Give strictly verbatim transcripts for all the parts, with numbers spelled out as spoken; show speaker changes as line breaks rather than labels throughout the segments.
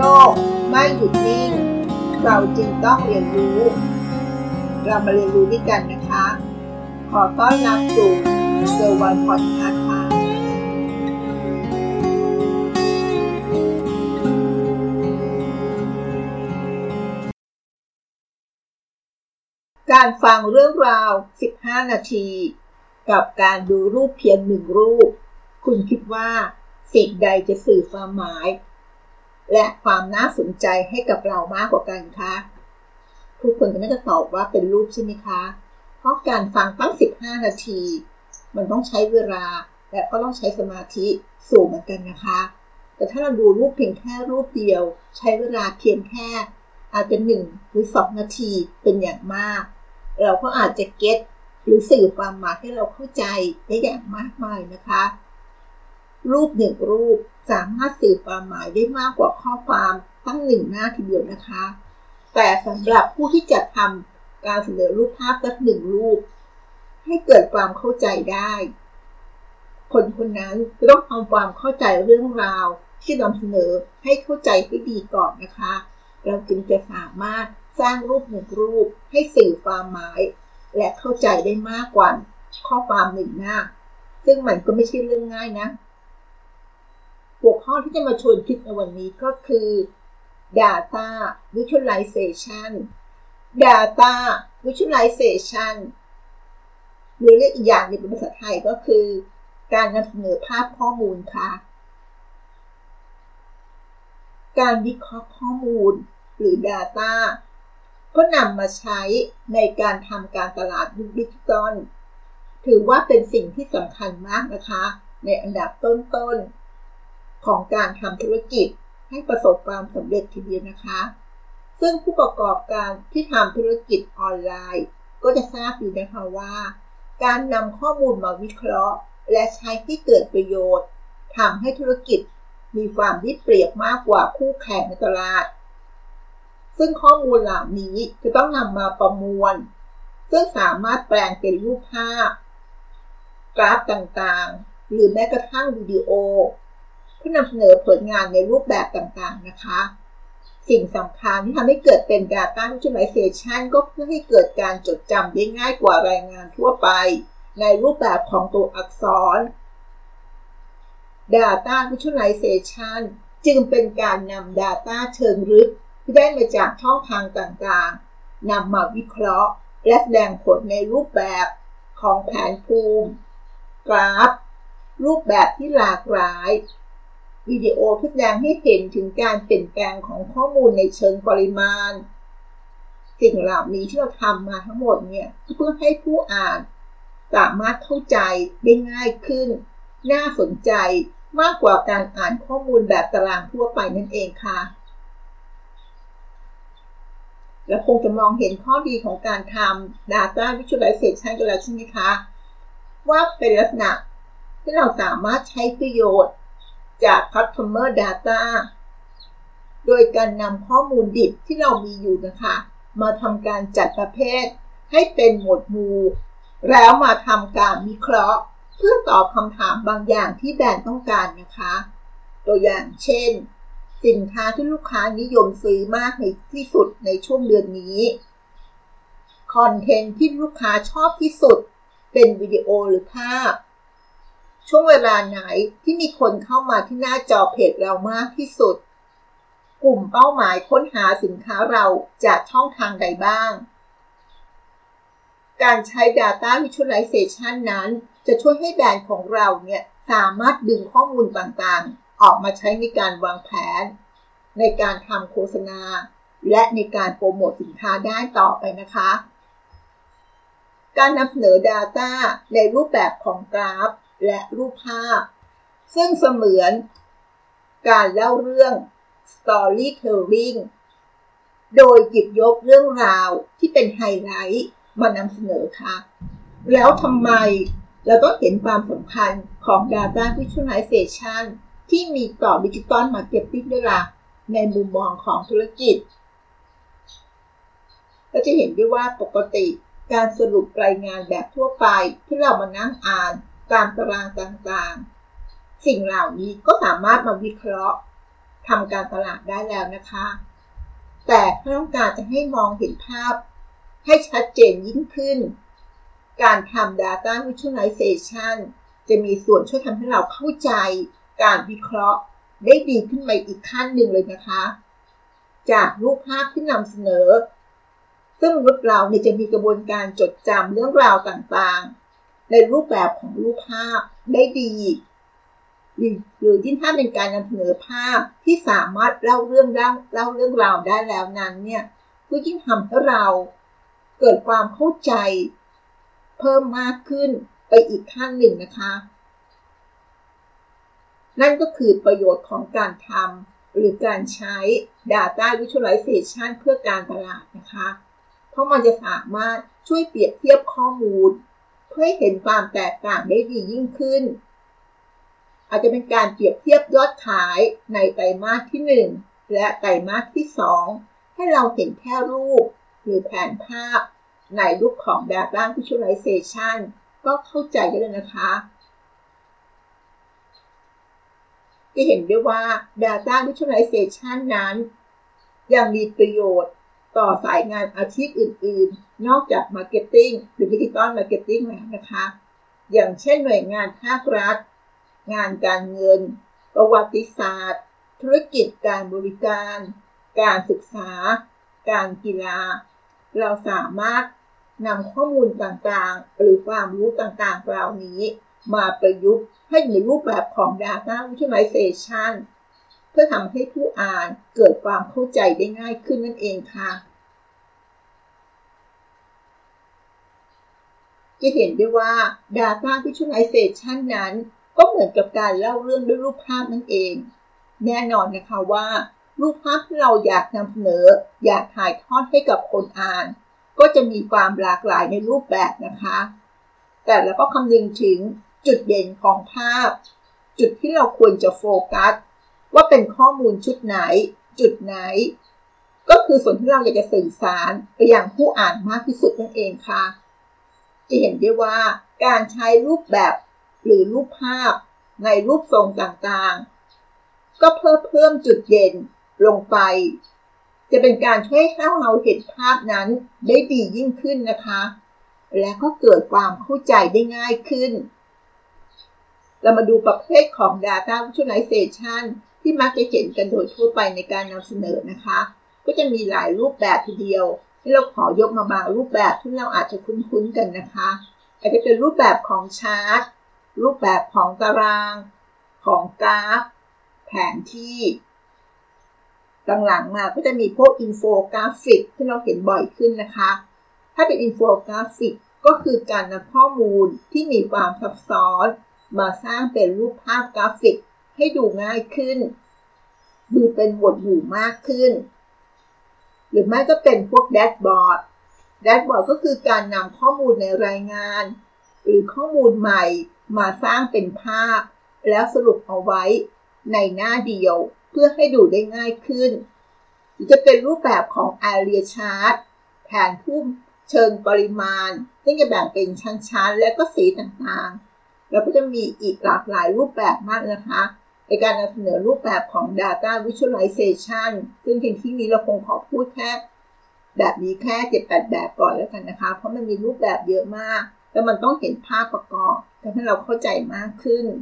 กไม่หยุดนิ่งเราจึงต้องเรียนรู้เรามาเรียนรู้ด้วยกันนะคะขอต้อนรับสู่เซอร์วันพอดคาสต์ค่ะการฟังเรื่องราวสิบห้านาทีกับการดูรูปเพียงหนึ่งรูปคุณคิดว่าสิ่งใดจะสื่อความหมายและความน่าสนใจให้กับเรามากกว่ากันคะทุกคนก็น่าจะตอบว่าเป็นรูปใช่ไหมคะเพราะการฟังตั้งสิบห้านาทีมันต้องใช้เวลาและก็ต้องใช้สมาธิสูงเหมือนกันนะคะแต่ถ้าเราดูรูปเพียงแค่รูปเดียวใช้เวลาเพียงแค่อาจจะหนึ่งหรือสองนาทีเป็นอย่างมากเราก็อาจจะเก็ตหรือสื่อความหมายให้เราเข้าใจได้อย่างมากมายนะคะรูปหนึ่งรูปสามารถสื่อความหมายได้มากกว่าข้อความตั้งหนึ่งหน้าทีเดียวนะคะแต่สำหรับผู้ที่จะทำการเสนอรูปภาพสักหนึ่งรูปให้เกิดความเข้าใจได้คนคนนั้นจะต้องทำความเข้าใจเรื่องราวที่นำเสนอให้เข้าใจให้ดีก่อนนะคะเราจึงจะสามารถสร้างรูปหนึ่งรูปให้สื่อความหมายและเข้าใจได้มากกว่าข้อความหนึ่งหน้าซึ่งมันก็ไม่ใช่เรื่องง่ายนะหัวข้อที่จะมาชวนคิดในวันนี้ก็คือ Data Visualization Data Visualization หรือเรียกอีกอย่างในภาษาไทยก็คือการนำเสนอภาพข้อมูลค่ะการวิเคราะห์ข้อมูลหรือ Data ก็นำมาใช้ในการทำการตลาดยุคดิจิตอลถือว่าเป็นสิ่งที่สำคัญมากนะคะในอันดับต้นๆของการทำธุรกิจให้ประสบความสำเร็จทีเดียวนะคะซึ่งผู้ประกอบการที่ทำธุรกิจออนไลน์ก็จะทราบดีนะคะว่าการนำข้อมูลมาวิเคราะห์และใช้ให้เกิดประโยชน์ทำให้ธุรกิจมีความได้เปรียบมากกว่าคู่แข่งในตลาดซึ่งข้อมูลเหล่านี้จะต้องนำมาประมวลซึ่งสามารถแปลงเป็นรูปภาพกราฟต่างๆหรือแม้กระทั่งวิดีโอเพื่อนำเสนอผลงานในรูปแบบต่างๆนะคะสิ่งสำคัญที่ทำให้เกิดเป็น Data Visualization ก็เพื่อให้เกิดการจดจำได้ง่ายกว่ารายงานทั่วไปในรูปแบบของตัวอักษร Data Visualization จึงเป็นการนำ Data เชิงลึกที่ได้มาจากช่องทางต่างๆนำมาวิเคราะห์และแสดงผลในรูปแบบของแผนภูมิกราฟรูปแบบที่หลากหลายวิดีโอที่แสดงให้เห็นถึงการเปลี่ยนแปลงของข้อมูลในเชิงปริมาณสิ่งเหล่านี้ที่เราทำมาทั้งหมดเนี่ยเพื่อให้ผู้อ่านสามารถเข้าใจได้ง่ายขึ้นน่าสนใจมากกว่าการอ่านข้อมูลแบบตารางทั่วไปนั่นเองค่ะและคงจะมองเห็นข้อดีของการทำ Data Visualization กันแล้วใช่ไหมคะว่าเป็นลักษณะที่เราสามารถใช้ประโยชน์จาก Customer Data โดยการนำข้อมูลดิบที่เรามีอยู่นะคะมาทำการจัดประเภทให้เป็นหมวดหมู่แล้วมาทำการวิเคราะห์เพื่อตอบคำถามบางอย่างที่แบรนด์ต้องการนะคะตัวอย่างเช่นสินค้าที่ลูกค้านิยมซื้อมากในที่สุดในช่วงเดือนนี้คอนเทนต์ที่ลูกค้าชอบที่สุดเป็นวิดีโอหรือภาพช่วงเวลาไหนที่มีคนเข้ามาที่หน้าจอเพจเรามากที่สุดกลุ่มเป้าหมายค้นหาสินค้าเราจากช่องทางใดบ้างการใช้ Data Visualization นั้นจะช่วยให้แบรนด์ของเราเนี่ยสามารถดึงข้อมูลต่างๆออกมาใช้ในการวางแผนในการทำโฆษณาและในการโปรโมทสินค้าได้ต่อไปนะคะการนำเสนอ Data ในรูปแบบของกราฟและรูปภาพซึ่งเสมือนการเล่าเรื่อง Storytelling โดยหยิบยกเรื่องราวที่เป็นไฮไลท์มานำเสนอค่ะแล้วทำไมเราต้องเห็นความสำคัญของ Data Visualization ที่มีต่อ Digital Marketing ด้วยล่ะในมุมมองของธุรกิจเราจะเห็นได้ว่าปกติการสรุปรายงานแบบทั่วไปที่เรามานั่งอ่านตามตารางต่างๆสิ่งเหล่านี้ก็สามารถมาวิเคราะห์ทำการตลาดได้แล้วนะคะแต่ถ้าต้องการจะให้มองเห็นภาพให้ชัดเจนยิ่งขึ้นการทำ Data Visualization จะมีส่วนช่วยทำให้เราเข้าใจการวิเคราะห์ได้ดีขึ้นไปอีกขั้นหนึ่งเลยนะคะจากรูปภาพที่นำเสนอซึ่งมนุษย์เราเนี่ยจะมีกระบวนการจดจำเรื่องราวต่างๆในรูปแบบของรูปภาพได้ดีหรือหรือยิ่งถ้าเป็นการนำเสนอภาพที่สามารถเล่าเรื่องเล่าเล่าเรื่องราวได้แล้วนั้นเนี่ยก็ยิ่งทำให้เราเกิดความเข้าใจเพิ่มมากขึ้นไปอีกขั้นหนึ่งนะคะนั่นก็คือประโยชน์ของการทำหรือการใช้ Data Visualization เพื่อการตลาดนะคะเพราะมันจะสามารถช่วยเปรียบเทียบข้อมูลเพื่อให้เห็นความแตกต่างได้ดียิ่งขึ้นอาจจะเป็นการเปรียบเทียบยอดขายในไตรมาสที่หนึ่งและไตรมาสที่สองให้เราเห็นแค่รูปหรือแผนภาพในรูปของ Data Visualization ก็เข้าใจได้เลยนะคะจะเห็นได้ว่า Data Visualization นั้นยังมีประโยชน์ต่อสายงานอาชีพอื่นๆนอกจาก Marketing หรือ Digital Marketing แล้วนะคะอย่างเช่นหน่วยงานภาครัฐงานการเงินประวัติศาสตร์ธุรกิจการบริการการศึกษาการกีฬาเราสามารถนำข้อมูลต่างๆหรือความรู้ต่างๆเหล่านี้มาประยุกต์ให้ในรูปแบบของ Data Visualization เพื่อทำให้ผู้อ่านเกิดความเข้าใจได้ง่ายขึ้นนั่นเองค่ะจะเห็นได้ว่า Data Visualization นั้นก็เหมือนกับการเล่าเรื่องด้วยรูปภาพนั่นเองแน่นอนนะคะว่ารูปภาพที่เราอยากนำเสนออยากถ่ายทอดให้กับคนอ่านก็จะมีความหลากหลายในรูปแบบนะคะแต่เราก็คำนึงถึงจุดเด่นของภาพจุดที่เราควรจะโฟกัสว่าเป็นข้อมูลชุดไหนจุดไหนก็คือส่วนที่เราอยากจะสื่อสารไปยังผู้อ่านมากที่สุดนั่นเองค่ะจะเห็นได้ว่าการใช้รูปแบบหรือรูปภาพในรูปทรงต่างๆก็เพิ่มเพิ่มจุดเด่นลงไปจะเป็นการช่วยให้เราเห็นภาพนั้นได้ดียิ่งขึ้นนะคะและก็เกิดความเข้าใจได้ง่ายขึ้นเรามาดูประเภทของ Data Visualization ที่มักจะเห็นกันโดยทั่วไปในการนำเสนอนะคะก็จะมีหลายรูปแบบทีเดียวที่เราขอยกมาบางรูปแบบที่เราอาจจะคุ้นๆกันนะคะอาจจะเป็นรูปแบบของชาร์ตรูปแบบของตารางของกราฟแผนที่หลังๆมาก็จะมีพวกอินโฟกราฟิกที่เราเห็นบ่อยขึ้นนะคะถ้าเป็นอินโฟกราฟิกก็คือการนำข้อมูลที่มีความซับซ้อนมาสร้างเป็นรูปภาพกราฟิกให้ดูง่ายขึ้นดูเป็นหมวดหมู่มากขึ้นหรือไม่ก็เป็นพวกแดชบอร์ดแดชบอร์ดก็คือการนำข้อมูลในรายงานหรือข้อมูลใหม่มาสร้างเป็นภาพแล้วสรุปเอาไว้ในหน้าเดียวเพื่อให้ดูได้ง่ายขึ้นหรือจะเป็นรูปแบบของ Area Chart แผนภูมิเชิงปริมาณซึ่งจะแบ่งเป็นชั้นๆและก็สีต่างๆแล้วก็จะมีอีกหลากหลายรูปแบบมากนะคะในการนำเสนอรูปแบบของ Data Visualization ซึ่งในที่นี้เราคงขอพูดแค่แบบนี้แค่ เจ็ดแปด แบบก่อนแล้วกันนะคะเพราะมันมีรูปแบบเยอะมากแล้วมันต้องเห็นภาพประกอบทำให้เราเข้าใจมากขึ้น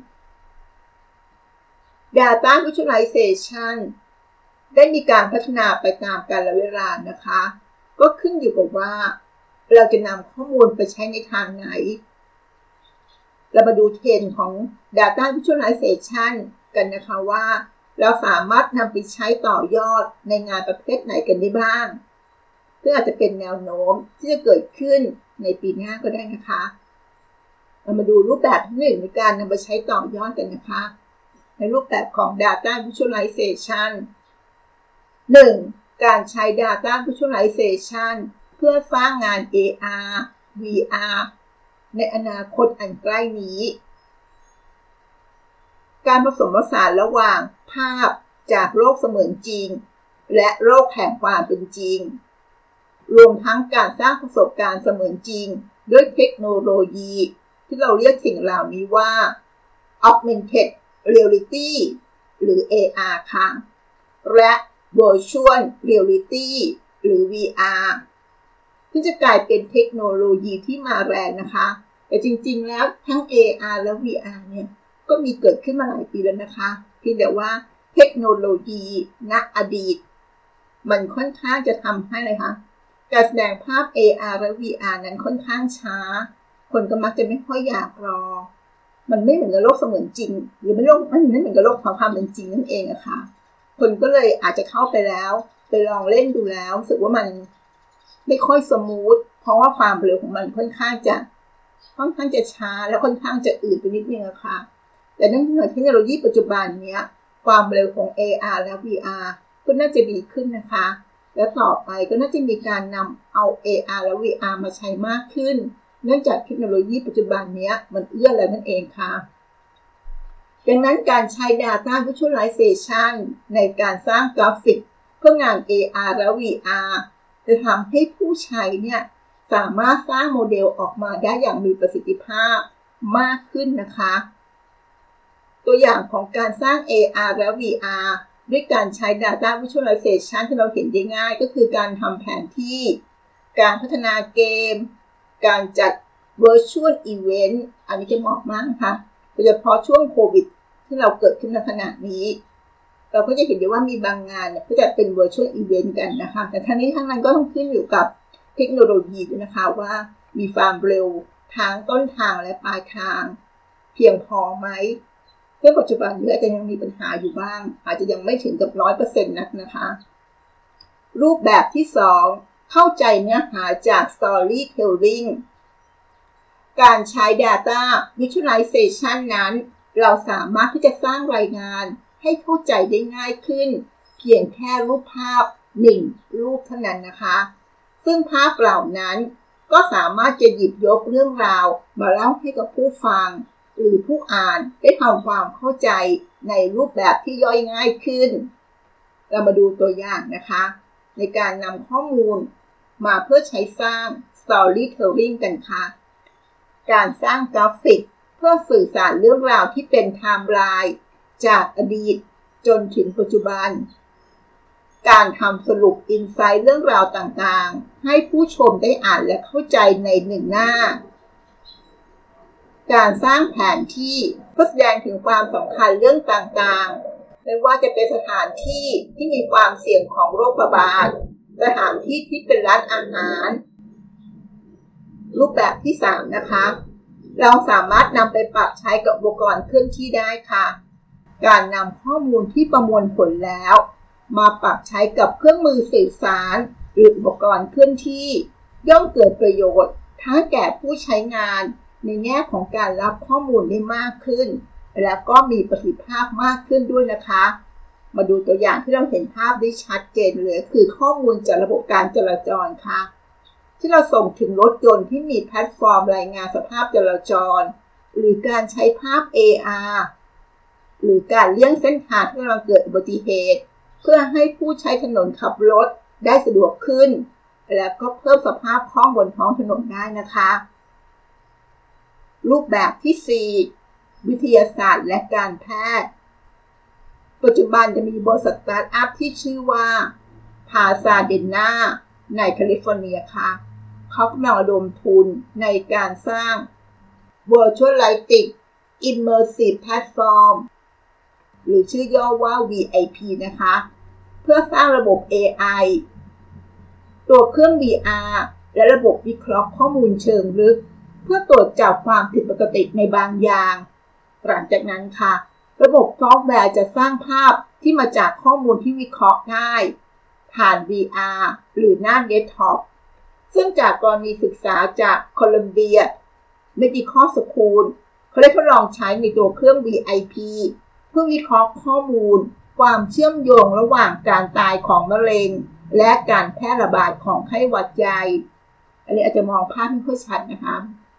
Data Visualization ได้มีการพัฒนาไปตามกาลเวลานะคะก็ขึ้นอยู่กับว่าเราจะนำข้อมูลไปใช้ในทางไหนเรามาดูเทรนด์ของ Data Visualization กันนะคะว่าเราสามารถนำไปใช้ต่อยอดในงานประเภทไหนกันได้บ้างซึ่งอาจจะเป็นแนวโน้มที่จะเกิดขึ้นในปีหน้าก็ได้นะคะเรามาดูรูปแบบที่หนึ่งในการนำไปใช้ต่อยอดกันนะคะในรูปแบบของ Data Visualization หนึ่ง. การใช้ Data Visualization เพื่อสร้างงาน เอ อาร์ วี อาร์ ในอนาคตอันใกล้นี้การผสมผสานระหว่างภาพจากโลกเสมือนจริงและโลกแห่งความเป็นจริงรวมทั้งการสร้างประสบการณ์เสมือนจริงด้วยเทคโนโลยีที่เราเรียกสิ่งเหล่านี้ว่า Augmented Reality หรือ เอ อาร์ ค่ะและ Virtual Reality หรือ วี อาร์ ที่จะกลายเป็นเทคโนโลยีที่มาแรงนะคะแต่จริงๆแล้วทั้ง เอ อาร์ และ วี อาร์ เนี่ยก็มีเกิดขึ้นมาหลายปีแล้วนะคะเพียงแต่ว่าเทคโนโลยีณอดีตมันค่อนข้างจะทำให้อะไรคะการแสดงภาพ เอ อาร์ และ วี อาร์ นั้นค่อนข้างช้าคนก็มักจะไม่ค่อยอยากรอมันไม่เหมือนกับโลกเสมือนจริงหรือไม่โลกมันไม่เหมือนกับโลกของความเป็นจริงนั่นเองอะค่ะคนก็เลยอาจจะเข้าไปแล้วไปลองเล่นดูแล้วรู้สึกว่ามันไม่ค่อยสมูทเพราะว่าความเร็วของมันค่อนข้างจะค่อนข้างจะช้าและค่อนข้างจะอืดไปนิดนึงอะค่ะแต่เนื่องจากเทคโนโลยีปัจจุบันเนี้ยความเร็วของ เอ อาร์ และ วี อาร์ ก็น่าจะดีขึ้นนะคะแล้วต่อไปก็น่าจะมีการนำเอา เอ อาร์ และ วี อาร์ มาใช้มากขึ้นเนื่องจากเทคโนโลยีปัจจุบันนี้มันเอื้อแล้วนั่นเองค่ะดังนั้นการใช้ Data Visualization ในการสร้างกราฟิกเพื่องาน เอ อาร์ และ วี อาร์ จะทำให้ผู้ใช้เนี่ยสามารถสร้างโมเดลออกมาได้อย่างมีประสิทธิภาพมากขึ้นนะคะตัวอย่างของการสร้าง เอ อาร์ และ วี อาร์ ด้วยการใช้ Data Visualization ที่เราเห็นได้ง่ายก็คือการทำแผนที่การพัฒนาเกมการจัด Virtual Event อันนี้จะเหมาะมากนะคะโดยเฉพาะช่วงโควิดที่เราเกิดขึ้นในขณะนี้เราก็จะเห็นได้ว่ามีบางงานเนี่ยก็จะเป็น Virtual Event กันนะคะแต่ทั้งนี้ทั้งนั้นก็ต้องขึ้นอยู่กับเทคโนโลยีด้วยนะคะว่ามีความเร็วทางต้นทางและปลายทางเพียงพอไหมเมื่อปัจจุบันนี้อาจจะยังมีปัญหาอยู่บ้างอาจจะยังไม่ถึงกับ ร้อยเปอร์เซ็นต์ นักนะคะรูปแบบที่สองเข้าใจเนื้อหาจาก Storytelling การใช้ Data Visualization นั้นเราสามารถที่จะสร้างรายงานให้เข้าใจได้ง่ายขึ้นเพียงแค่รูปภาพหนึ่งรูปเท่านั้นนะคะซึ่งภาพเหล่านั้นก็สามารถจะหยิบยกเรื่องราวมาเล่าให้กับผู้ฟังหรือผู้อ่านได้ทำความเข้าใจในรูปแบบที่ย่อยง่ายขึ้นเรามาดูตัวอย่างนะคะในการนำข้อมูลมาเพื่อใช้สร้าง Storytelling กันค่ะการสร้างกราฟิกเพื่อสื่อสารเรื่องราวที่เป็นไทม์ไลน์จากอดีตจนถึงปัจจุบันการทำสรุปอินไซต์เรื่องราวต่างๆให้ผู้ชมได้อ่านและเข้าใจในหนึ่งหน้าการสร้างแผนที่เพื่อแสดงถึงความสำคัญเรื่องต่างๆไม่ว่าจะเป็นสถานที่ที่มีความเสี่ยงของโรคระบาดสถานที่ที่เป็นร้านอาหารรูปแบบที่สามนะคะเราสามารถนำไปปรับใช้กับอุปกรณ์เคลื่อนที่ได้ค่ะการนำข้อมูลที่ประมวลผลแล้วมาปรับใช้กับเครื่องมือสื่อสารหรืออุปกรณ์เคลื่อนที่ย่อมเกิดประโยชน์ทั้งแก่ผู้ใช้งานในแง่ของการรับข้อมูลได้มากขึ้นและก็มีประสิทธิภาพมากขึ้นด้วยนะคะมาดูตัวอย่างที่เราเห็นภาพได้ชัดเจนเลยคือข้อมูลจากระบบการจราจรค่ะที่เราส่งถึงรถยนต์ที่มีแพลตฟอร์มรายงานสภาพจราจรหรือการใช้ภาพ เอ อาร์ หรือการเลี่ยงเส้นทางที่กำลังเกิดอุบัติเหตุเพื่อให้ผู้ใช้ถนนขับรถได้สะดวกขึ้นและก็เพิ่มสภาพคล่องบนท้องถนนได้นะคะรูปแบบที่สี่วิทยาศาสตร์และการแพทย์ปัจจุบันจะมีบริษัทสตาร์ทอัพที่ชื่อว่า Pasadena ในแคลิฟอร์เนียค่ะเขากำลังระดมทุนในการสร้าง Virtual Reality Immersive Platform หรือชื่อย่อว่า วี ไอ พี นะคะเพื่อสร้างระบบ เอ ไอ ตัวเครื่อง วี อาร์ และระบบวิเคราะห์ข้อมูลเชิงลึกเพื่อตรวจจับความผิดปกติในบางอย่างหลังจากนั้นค่ะระบบซอฟต์แวร์จะสร้างภาพที่มาจากข้อมูลที่วิเคราะห์ได้ผ่าน วี อาร์ หรือหน้าเดสก์ท็อปซึ่งจากกรณีศึกษาจาก Columbia Medical School เขาได้ทดลองใช้ในตัวเครื่อง วี ไอ พี เพื่อวิเคราะห์ข้อมูลความเชื่อมโยงระหว่างการตายของมะเร็งและการแพร่ระบาดของไข้หวัดใหญ่อันนี้อาจจะมองภาพไม่ค่อยชัดนะคะ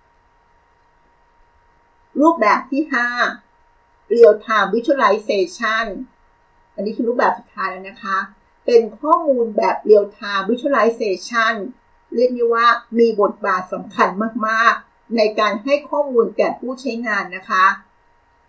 รูปแบบที่ห้า Real Time Visualization อันนี้คือรูปแบบสุดท้ายแล้วนะคะเป็นข้อมูลแบบ Real Time Visualization เรียกได้ว่ามีบทบาทสำคัญมากๆในการให้ข้อมูลแก่ผู้ใช้งานนะคะ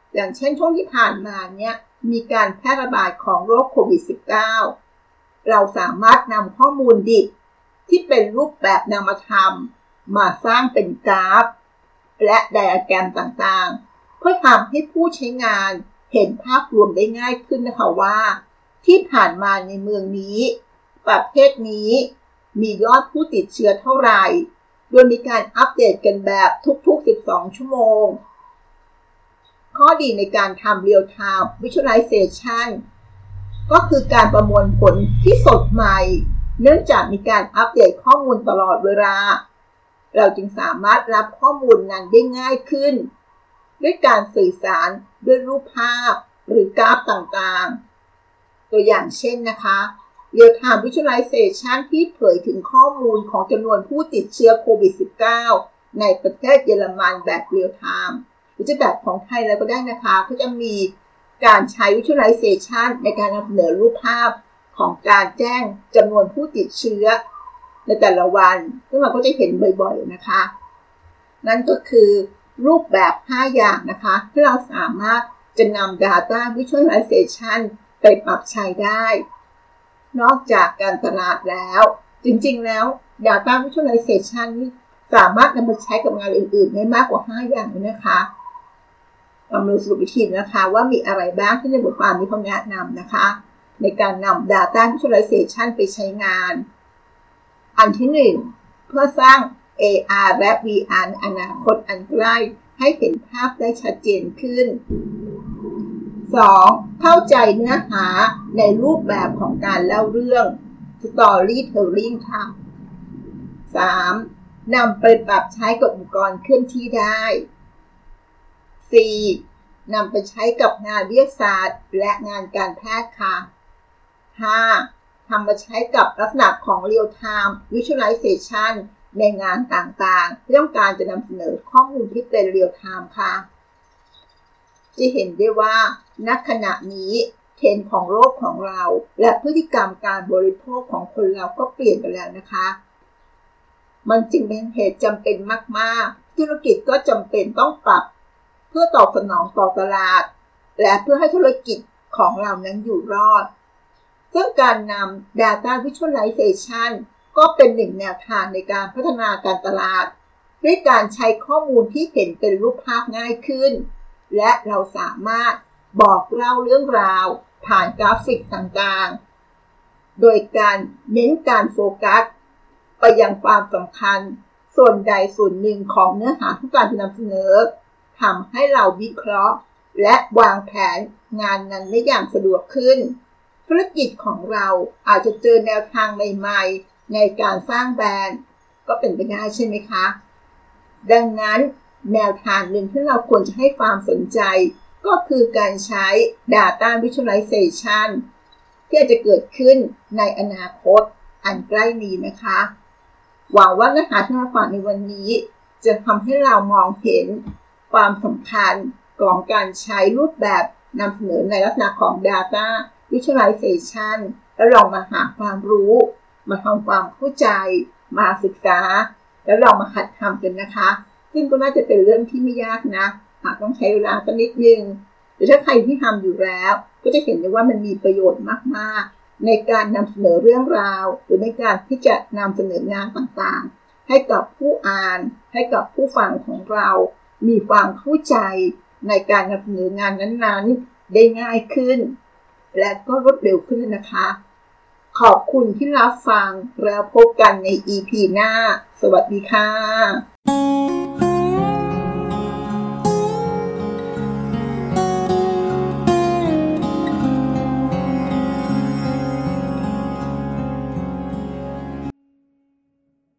อย่างเช่นช่วงที่ผ่านมาเนี่ยมีการแพร่ระบาดของโรคโควิด สิบเก้า เราสามารถนำข้อมูลดิบที่เป็นรูปแบบนามธรรมมาสร้างเป็นกราฟและไดอะแกรมต่างๆเพื่อทำให้ผู้ใช้งานเห็นภาพรวมได้ง่ายขึ้นนะคะว่าที่ผ่านมาในเมืองนี้ประเทศนี้มียอดผู้ติดเชื้อเท่าไหร่โดยมีการอัปเดตกันแบบทุกๆสิบสองชั่วโมงข้อดีในการทำ Real Time Visualization ก็คือการประมวลผลที่สดใหม่เนื่องจากมีการอัปเดตข้อมูลตลอดเวลาเราจึงสามารถรับข้อมูลนั้นได้ง่ายขึ้นด้วยการสื่อสารด้วยรูปภาพหรือกราฟต่างๆตัวอย่างเช่นนะคะ Real Time Visualization ที่เผยถึงข้อมูลของจำนวนผู้ติดเชื้อโควิด สิบเก้า ในประเทศเยอรมันแบบ Real Time หรือจะแบบของไทยแล้วก็ได้นะคะก็จะมีการใช้ Visualization ในการนำเสนอรูปภาพของการแจ้งจำนวนผู้ติดเชื้อในแต่ละวันซึ่งเราก็จะเห็นบ่อยๆนะคะนั่นก็คือรูปแบบห้าอย่างนะคะที่เราสามารถจะนำ Data Visualization ไปปรับใช้ได้นอกจากการตลาดแล้วจริงๆแล้ว Data Visualization นี่สามารถนำมาใช้กับงานอื่นๆได้มากกว่าห้าอย่างเลยนะคะเรามาดูสรุปวิธีนะคะว่ามีอะไรบ้างที่ในบทความนี้เขาแนะนำนะคะในการนำ Data Visualization ไปใช้งานอันที่หนึ่งเพื่อสร้าง เอ อาร์ และ วี อาร์ ในอนาคตอันใกล้ให้เห็นภาพได้ชัดเจนขึ้น สอง. เข้าใจเนื้อหาในรูปแบบของการเล่าเรื่อง Storytelling ค่ะ สาม. นำไปปรับใช้กับอุปกรณ์เคลื่อนที่ได้ สี่. นำไปใช้กับงานวิทยาศาสตร์และงานการแพทย์ค่ะ ห้า. ทำมาใช้กับลักษณะของ Real Time Visualization ในงานต่างๆที่ต้องการจะนำเสนอข้อมูลที่เป็น Real Time ค่ะจะเห็นได้ว่าณขณะนี้เทรนด์ของโลกของเราและพฤติกรรมการบริโภคของคนเราก็เปลี่ยนไปแล้วนะคะมันจึงเป็นเหตุจำเป็นมากๆธุรกิจก็จำเป็นต้องปรับเพื่อตอบสนองต่อตลาดและเพื่อให้ธุรกิจของเรานั้นอยู่รอดซึ่งการนำ Data Visualization ก็เป็นหนึ่งแนวทางในการพัฒนาการตลาดด้วยการใช้ข้อมูลที่เห็นเป็นรูปภาพง่ายขึ้นและเราสามารถบอกเล่าเรื่องราวผ่านกราฟิกต่างๆโดยการเน้นการโฟกัสไปยังความสำคัญส่วนใดส่วนหนึ่งของเนื้อหาที่การนำเสนอทำให้เราวิเคราะห์และวางแผนงานนั้นได้อย่างสะดวกขึ้นธุรกิจของเราอาจจะเจอแนวทางใหม่ๆในการสร้างแบรนด์ก็เป็นไปได้ใช่ไหมคะดังนั้นแนวทางหนึ่งที่เราควรจะให้ความสนใจก็คือการใช้ Data Visualization ที่จะเกิดขึ้นในอนาคตอันใกล้นี้นะคะหวังว่าเนื้อหาที่เราฟังในวันนี้จะทำให้เรามองเห็นความสำคัญของการใช้รูปแบบนำเสนอในลักษณะของ Data Visualization และลองมาหาความรู้มาทำความเข้าใจมาศึกษาแล้วลองมาหัดทำกันนะคะซึ่งก็น่าจะเป็นเรื่องที่ไม่ยากนะหากต้องใช้เวลาสักนิดนึงแต่ถ้าใครที่ทำอยู่แล้วก็จะเห็นได้ว่ามันมีประโยชน์มากๆในการนำเสนอเรื่องราวหรือในการที่จะนำเสนองานต่างๆให้กับผู้อ่านให้กับผู้ฟังของเรามีความเข้าใจในการนำเสนองานนั้นๆได้ง่ายขึ้นและก็รวดเร็วขึ้นนะคะขอบคุณที่รับฟังแล้วพบกันใน อี พี หน้าสวัสดีค่ะ